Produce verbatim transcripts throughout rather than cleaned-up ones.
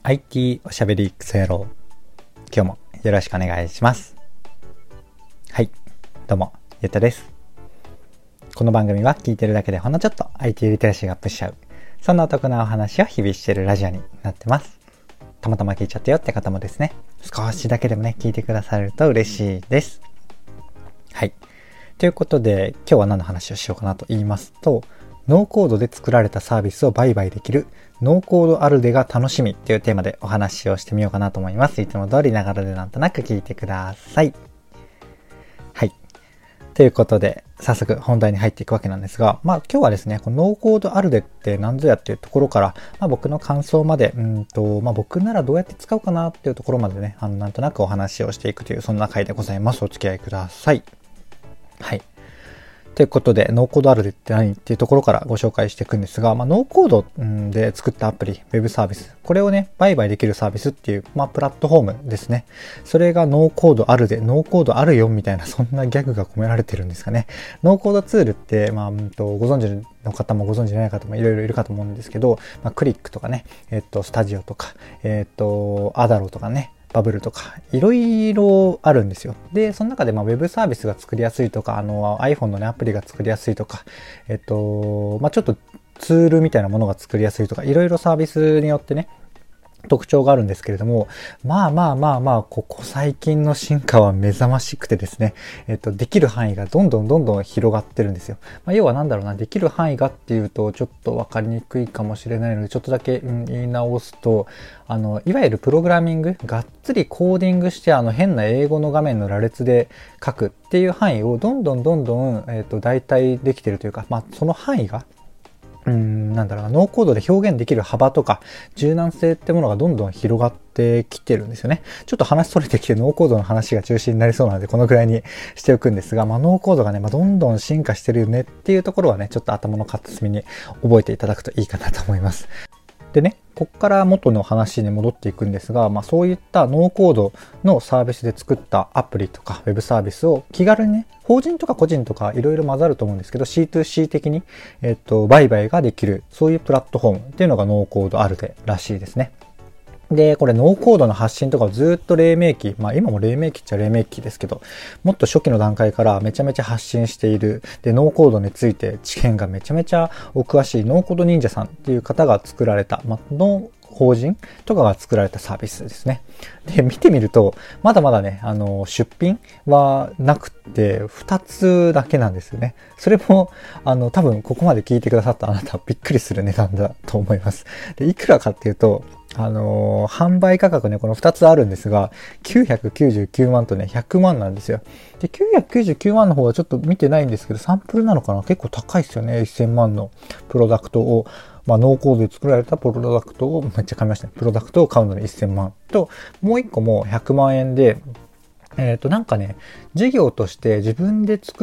アイティー おしゃべりクソ野郎、今日もよろしくお願いします。はい、どうもゆうたです。この番組は聞いてるだけでほんのちょっと アイティー リテラシーがアップしちゃう、そんなお得なお話を日々しているラジオになってます。たまたま聞いちゃったよって方もですね、少しだけでもね聞いてくださると嬉しいです。はい、ということで今日は何の話をしようかなと言いますと、ノーコードで作られたサービスを売買できるノーコードアルデが楽しみっていうテーマでお話をしてみようかなと思います。いつも通りながらでなんとなく聞いてください。はい。ということで早速本題に入っていくわけなんですが、まあ今日はですね、このノーコードアルデって何ぞやっていうところから、まあ、僕の感想まで、うんとまあ僕ならどうやって使うかなっていうところまでね、あのなんとなくお話をしていくというそんな回でございます。お付き合いください。はい。ということで、ノーコードアルデって何っていうところからご紹介していくんですが、まあ、ノーコードで作ったアプリ、ウェブサービス、これをね、売買できるサービスっていう、まあ、プラットフォームですね。それがノーコードアルデ、ノーコードあるよみたいな、そんなギャグが込められてるんですかね。ノーコードツールって、まあ、うんとご存知の方もご存知ない方もいろいろいるかと思うんですけど、まあ、クリックとかね、えっと、スタジオとか、えっと、アダロとかね、バブルとかいろいろあるんですよ。で、その中でまあウェブサービスが作りやすいとか、あの iPhone のねアプリが作りやすいとか、えっとまあちょっとツールみたいなものが作りやすいとか、いろいろサービスによってね特徴があるんですけれども、まあまあまあまあ、ここ最近の進化は目覚ましくてですね、えっと、できる範囲がどんどんどんどん広がってるんですよ。まあ、要はなんだろうな、できる範囲がっていうとちょっとわかりにくいかもしれないので、ちょっとだけ、うん、言い直すと、あの、いわゆるプログラミング、がっつりコーディングして、あの、変な英語の画面の羅列で書くっていう範囲をどんどんどんどん、えっと、代替できてるというか、まあ、その範囲が、うーんなんだろうな、ノーコードで表現できる幅とか柔軟性ってものがどんどん広がってきてるんですよね。ちょっと話それてきてノーコードの話が中心になりそうなのでこのくらいにしておくんですが、まあ、ノーコードがね、まあ、どんどん進化してるよねっていうところはね、ちょっと頭の片隅に覚えていただくといいかなと思います。でね、こっから元の話に戻っていくんですが、まあそういったノーコードのサービスで作ったアプリとかウェブサービスを気軽にね、法人とか個人とかいろいろ混ざると思うんですけど、シーツーシー 的に、えっと、売買ができる、そういうプラットフォームっていうのがノーコードアルデらしいですね。で、これノーコードの発信とかをずっと黎明期、まあ今も黎明期っちゃ黎明期ですけど、もっと初期の段階からめちゃめちゃ発信している。で、ノーコードについて知見がめちゃめちゃお詳しいノーコード忍者さんっていう方が作られた、まあ、の法人とかが作られたサービスですね。で、見てみると、まだまだね、あの、出品はなくて、二つだけなんですよね。それも、あの、多分ここまで聞いてくださったあなたはびっくりする値段だと思います。で、いくらかっていうと、あのー、販売価格ね、このふたつあるんですが、きゅうひゃくきゅうじゅうきゅうまんとね、ひゃくまんなんですよ。で、きゅうひゃくきゅうじゅうきゅうまんの方はちょっと見てないんですけど、サンプルなのかな、結構高いですよね。せんまんのプロダクトを、まあ、ノーコードで作られたプロダクトを、めっちゃ買いましたね。プロダクトを買うのにせんまんと、もう一個もひゃくまんえんで、えっと、なんかね、事業として自分で作って、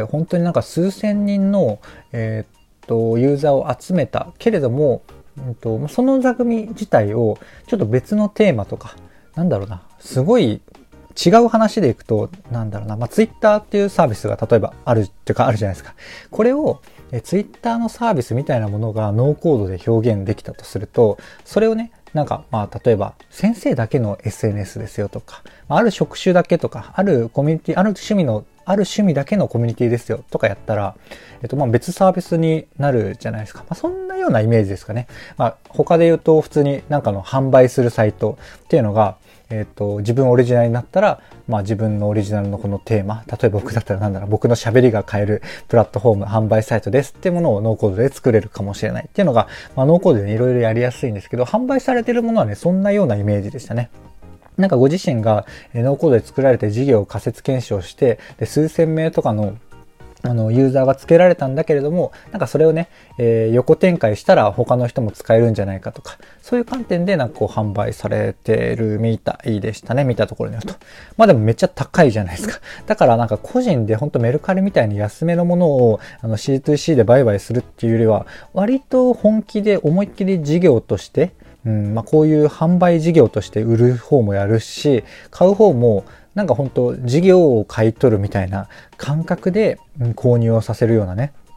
本当になんか数千人の、えっと、ユーザーを集めたけれども、うんと、その座組自体をちょっと別のテーマとか、なんだろうな、すごい違う話でいくと、なんだろうな、まあ、ツイッターっていうサービスが例えばあるっていうかあるじゃないですか。これをえツイッターのサービスみたいなものがノーコードで表現できたとすると、それをね、なんかまあ例えば先生だけの エスエヌエス ですよとか、ある職種だけとか、あるコミュニティ、ある趣味のある趣味だけのコミュニティですよとかやったら、えっとまあ別サービスになるじゃないですか。まあそんなようなイメージですかね。まあ他で言うと普通になんかの販売するサイトっていうのが、えっと自分オリジナルになったら、まあ自分のオリジナルのこのテーマ、例えば僕だったらなんだろう、僕の喋りが買えるプラットフォーム、販売サイトですっていうものをノーコードで作れるかもしれないっていうのが、まあノーコードでねいろいろやりやすいんですけど、販売されてるものはねそんなようなイメージでしたね。なんかご自身がノーコードで作られて事業を仮説検証して、で数千名とかのあのユーザーがつけられたんだけれども、なんかそれをね、えー、横展開したら他の人も使えるんじゃないかとか、そういう観点でなんかこう販売されてるみたいでしたね。見たところによると。まあでもめっちゃ高いじゃないですか。だからなんか個人でほんとメルカリみたいに安めのものをあの シーツーシー で売買するっていうよりは、割と本気で思いっきり事業としてうんまあ、こういう販売事業として売る方もやるし、買う方もなんか本当事業を買い取るみたいな感覚で購入をさせるようなね、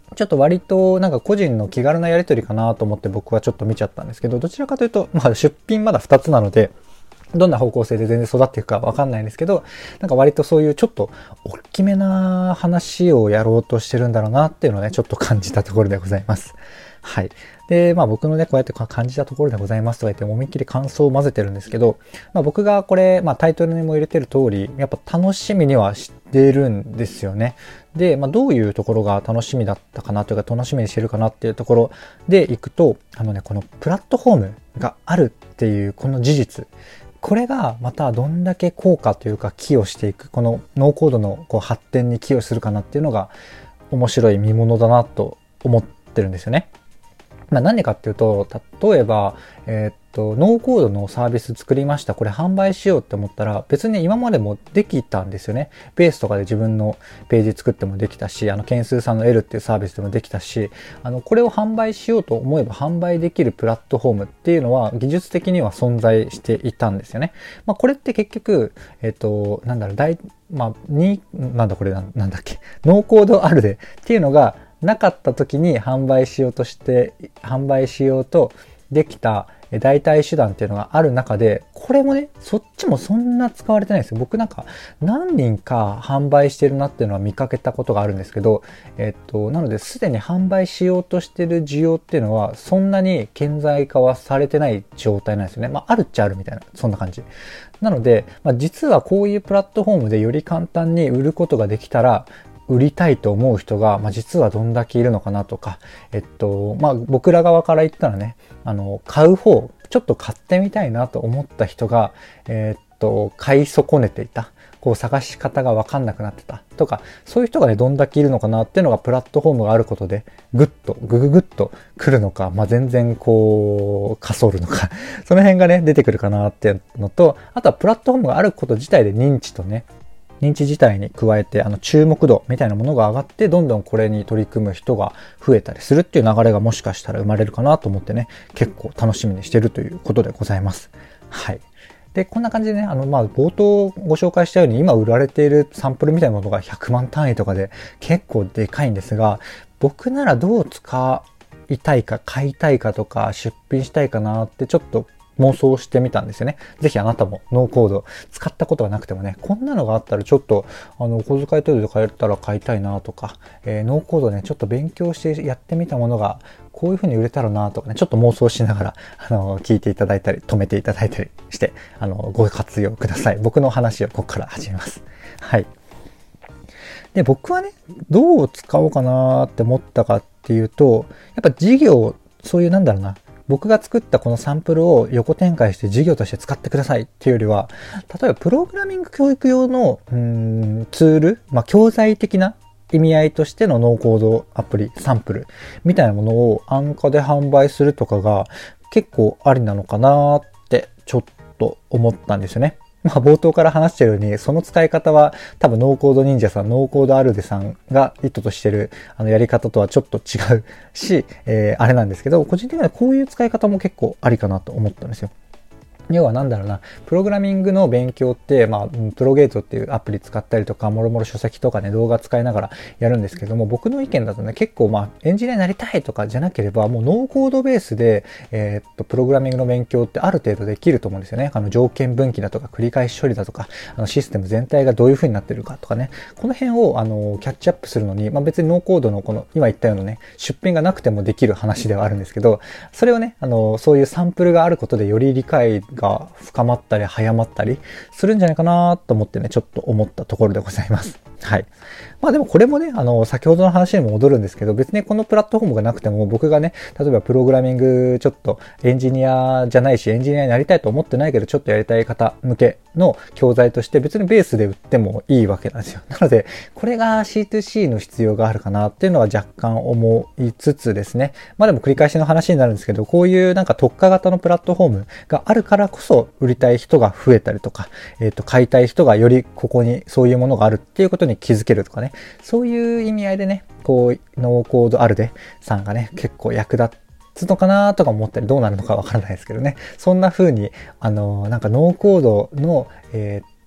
ちょっと割となんか個人の気軽なやり取りかなと思って僕はちょっと見ちゃったんですけど、どちらかというと、まあ出品まだふたつなので、どんな方向性で全然育っていくかわかんないんですけど、なんか割とそういうちょっと大きめな話をやろうとしてるんだろうなっていうのをね、ちょっと感じたところでございます。はい。で、まあ僕のね、こうやって感じたところでございますとか言って思いっきり感想を混ぜてるんですけど、まあ僕がこれ、まあタイトルにも入れてる通り、やっぱ楽しみにはしてるんですよね。で、まあどういうところが楽しみだったかなというか楽しみにしてるかなっていうところでいくと、あのね、このプラットフォームがあるっていうこの事実、これがまたどんだけ効果というか寄与していく、このノーコードのこう発展に寄与するかなっていうのが面白い見ものだなと思ってるんですよね。まあ何でかっていうと、例えば、えーっと、ノーコードのサービス作りました。これ販売しようって思ったら、別に今までもできたんですよね。ベースとかで自分のページ作ってもできたし、あの、件数さんの L っていうサービスでもできたし、あの、これを販売しようと思えば販売できるプラットフォームっていうのは技術的には存在していたんですよね。まあこれって結局、えーっと、なんだろう、大、まあ、に、なんだこれな、なんだっけ、ノーコードあるでっていうのが、なかった時に販売しようとして、販売しようとできた代替手段っていうのがある中で、これもね、そっちもそんな使われてないんですよ。僕なんか何人か販売してるなっていうのは見かけたことがあるんですけど、えっと、なのですでに販売しようとしてる需要っていうのはそんなに顕在化はされてない状態なんですよね。まあ、あるっちゃあるみたいな、そんな感じ。なので、まあ、実はこういうプラットフォームでより簡単に売ることができたら、売りたいと思う人が、まあ、実はどんだけいるのかなとか、えっと、まあ、僕ら側から言ったらね、あの、買う方、ちょっと買ってみたいなと思った人が、えっと、買い損ねていた。こう探し方がわかんなくなってたとか、そういう人がね、どんだけいるのかなっていうのがプラットフォームがあることで、ぐっと、ぐぐぐっと来るのか、まあ、全然こう、かそるのか、その辺がね、出てくるかなっていうのと、あとはプラットフォームがあること自体で認知とね、認知自体に加えて、あの、注目度みたいなものが上がって、どんどんこれに取り組む人が増えたりするっていう流れがもしかしたら生まれるかなと思ってね、結構楽しみにしてるということでございます。はい。で、こんな感じでね、あの、まあ、冒頭ご紹介したように、今売られているサンプルみたいなものがひゃくまん単位とかで結構でかいんですが、僕ならどう使いたいか、買いたいかとか、出品したいかなってちょっと妄想してみたんですよね。ぜひあなたもノーコード使ったことがなくてもね、こんなのがあったらちょっと、あの、お小遣い程度で買えたら買いたいなとか、えー、ノーコードね、ちょっと勉強してやってみたものが、こういう風に売れたらなとかね、ちょっと妄想しながら、あの、聞いていただいたり、止めていただいたりして、あの、ご活用ください。僕の話をここから始めます。はい。で、僕はね、どう使おうかなって思ったかっていうと、やっぱ事業、そういうなんだろうな、僕が作ったこのサンプルを横展開して事業として使ってくださいっていうよりは、例えばプログラミング教育用のうーんツール、まあ、教材的な意味合いとしてのノーコードアプリ、サンプルみたいなものを安価で販売するとかが結構ありなのかなってちょっと思ったんですよね。まあ冒頭から話してるように、その使い方は多分ノーコード忍者さん、ノーコードアルデさんが意図としてるあのやり方とはちょっと違うし、えー、あれなんですけど、個人的にはこういう使い方も結構ありかなと思ったんですよ。要はなんだろうな、プログラミングの勉強って、まあ、プロゲートっていうアプリ使ったりとか、もろもろ書籍とかね、動画使いながらやるんですけども、僕の意見だとね、結構まあ、エンジニアになりたいとかじゃなければ、もうノーコードベースで、えー、っと、プログラミングの勉強ってある程度できると思うんですよね。あの、条件分岐だとか、繰り返し処理だとか、あの、システム全体がどういう風になってるかとかね、この辺を、あの、キャッチアップするのに、まあ別にノーコードのこの、今言ったようなね、出品がなくてもできる話ではあるんですけど、それをね、あの、そういうサンプルがあることでより理解が深まってったり早まったりするんじゃないかなと思ってね、ちょっと思ったところでございます。はい。まあでもこれもね、あの、先ほどの話にも戻るんですけど、別にこのプラットフォームがなくても、僕がね、例えばプログラミングちょっとエンジニアじゃないし、エンジニアになりたいと思ってないけど、ちょっとやりたい方向けの教材として別にベースで売ってもいいわけなんですよ。なので、これが シーツーシー の必要があるかなっていうのは若干思いつつですね。まあでも繰り返しの話になるんですけど、こういうなんか特化型のプラットフォームがあるからこそ売りたい人が増えたりとか、えっと、買いたい人がよりここにそういうものがあるっていうことに気づけるとかね。そういう意味合いでね、こう、ノーコードアルデさんがね、結構役立つのかなとか思ったり、どうなるのかわからないですけどね。そんな風に、あの、なんかノーコードの、えー、っ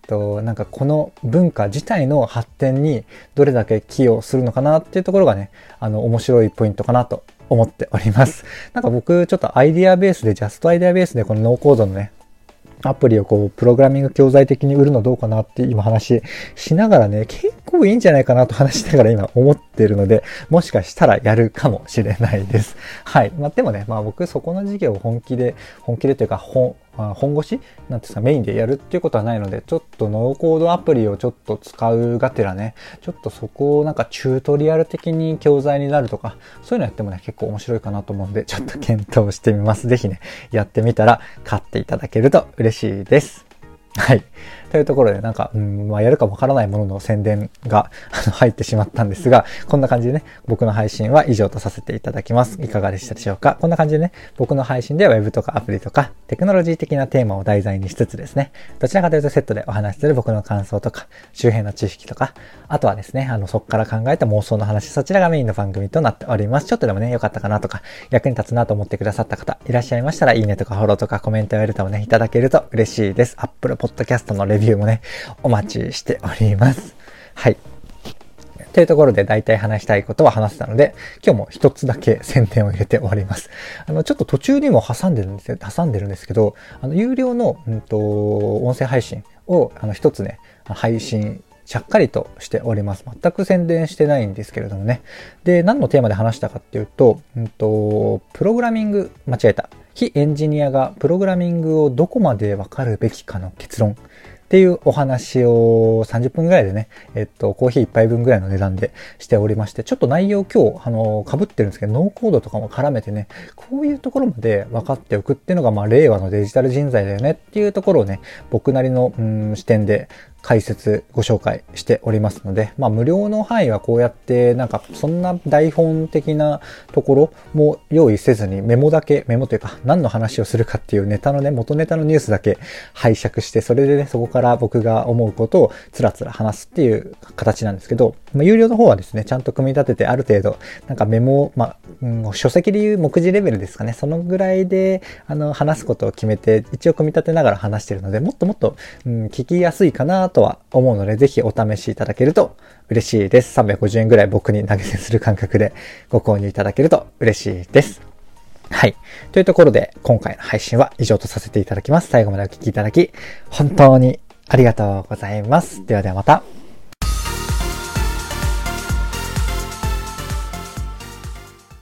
と、なんかこの文化自体の発展にどれだけ寄与するのかなっていうところがね、あの、面白いポイントかなと思っております。なんか僕、ちょっとアイディアベースで、ジャストアイディアベースでこのノーコードのね、アプリをこう、プログラミング教材的に売るのどうかなって今話しながらね、結構いいんじゃないかなと話しながら今思ってるので、もしかしたらやるかもしれないです。はい。まあ、でもね、まあ僕そこの事業を本気で、本気でというか本、本腰なんていうかメインでやるっていうことはないので、ちょっとノーコードアプリをちょっと使うがてらね、ちょっとそこをなんかチュートリアル的に教材になるとか、そういうのやってもね、結構面白いかなと思うんで、ちょっと検討してみます。ぜひね、やってみたら買っていただけると嬉しいです。はい。というところで、なんか、うん、まあ、やるかわからないものの宣伝が入ってしまったんですが、こんな感じでね、僕の配信は以上とさせていただきます。いかがでしたでしょうか？こんな感じでね、僕の配信では Web とかアプリとか、テクノロジー的なテーマを題材にしつつですね、どちらかというとセットでお話しする僕の感想とか、周辺の知識とか、あとはですね、あの、そこから考えた妄想の話、そちらがメインの番組となっております。ちょっとでもね、良かったかなとか、役に立つなと思ってくださった方、いらっしゃいましたら、いいねとかフォローとかコメントやレターをね、いただけると嬉しいです。Apple Podcast のレビューもね、お待ちしております。はい。というところで大体話したいことは話せたので、今日も一つだけ宣伝を入れて終わります。あの、ちょっと途中にも挟んでるんですよ、挟んでるんですけど、あの、有料の、うんと、音声配信を、あの、一つね、配信、しゃっかりとしております。全く宣伝してないんですけれどもね。で、何のテーマで話したかっていうと、うんと、プログラミング、間違えた。非エンジニアがプログラミングをどこまでわかるべきかの結論。っていうお話をさんじゅっぷんぐらいでね、えっと、コーヒー一杯分ぐらいの値段でしておりまして、ちょっと内容今日、あの、被ってるんですけど、ノーコードとかも絡めてね、こういうところまで分かっておくっていうのが、まあ、令和のデジタル人材だよねっていうところをね、僕なりの、うん、視点で解説ご紹介しておりますので、まあ無料の範囲はこうやってなんかそんな台本的なところも用意せずにメモだけ、メモというか何の話をするかっていうネタのね、元ネタのニュースだけ拝借して、それでね、そこから僕が思うことをつらつら話すっていう形なんですけど、まあ、有料の方はですね、ちゃんと組み立ててある程度、なんかメモ、まあ、うん、書籍でいう目次レベルですかね、そのぐらいであの話すことを決めて、一応組み立てながら話してるので、もっともっと、うん、聞きやすいかなとは思うので、ぜひお試しいただけると嬉しいです。さんびゃくごじゅうえんぐらい僕に投げ銭する感覚でご購入いただけると嬉しいです。はい。というところで、今回の配信は以上とさせていただきます。最後までお聞きいただき、本当にありがとうございます。ではではまた。